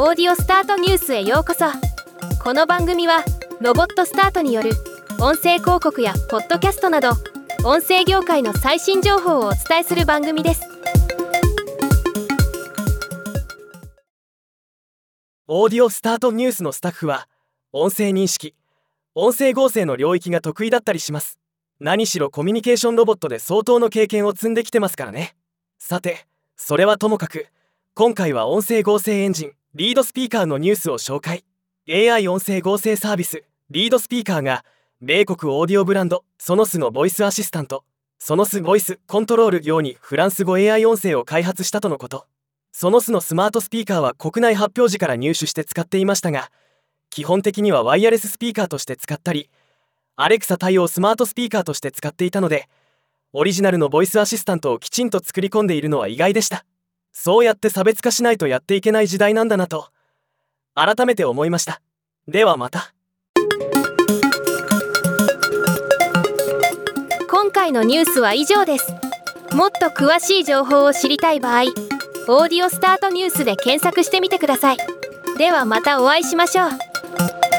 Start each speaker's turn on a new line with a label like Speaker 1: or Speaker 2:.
Speaker 1: オーディオスタートニュースへようこそ。この番組はロボットスタートによる音声広告やポッドキャストなど音声業界の最新情報をお伝えする番組です。
Speaker 2: オーディオスタートニュースのスタッフは音声認識、音声合成の領域が得意だったりします。何しろコミュニケーションロボットで相当の経験を積んできてますからね。さて、それはともかく、今回は音声合成エンジンリードスピーカーのニュースを紹介。 AI 音声合成サービスリードスピーカーが米国オーディオブランドソノスのボイスアシスタントソノスボイスコントロール用にフランス語 AI 音声を開発したとのこと。ソノスのスマートスピーカーは国内発表時から入手して使っていましたが、基本的にはワイヤレススピーカーとして使ったり、アレクサ対応スマートスピーカーとして使っていたので、オリジナルのボイスアシスタントをきちんと作り込んでいるのは意外でした。そうやって差別化しないとやっていけない時代なんだなと改めて思いました。ではまた。
Speaker 1: 今回のニュースは以上です。もっと詳しい情報を知りたい場合、オーディオスタートニュースで検索してみてください。ではまたお会いしましょう。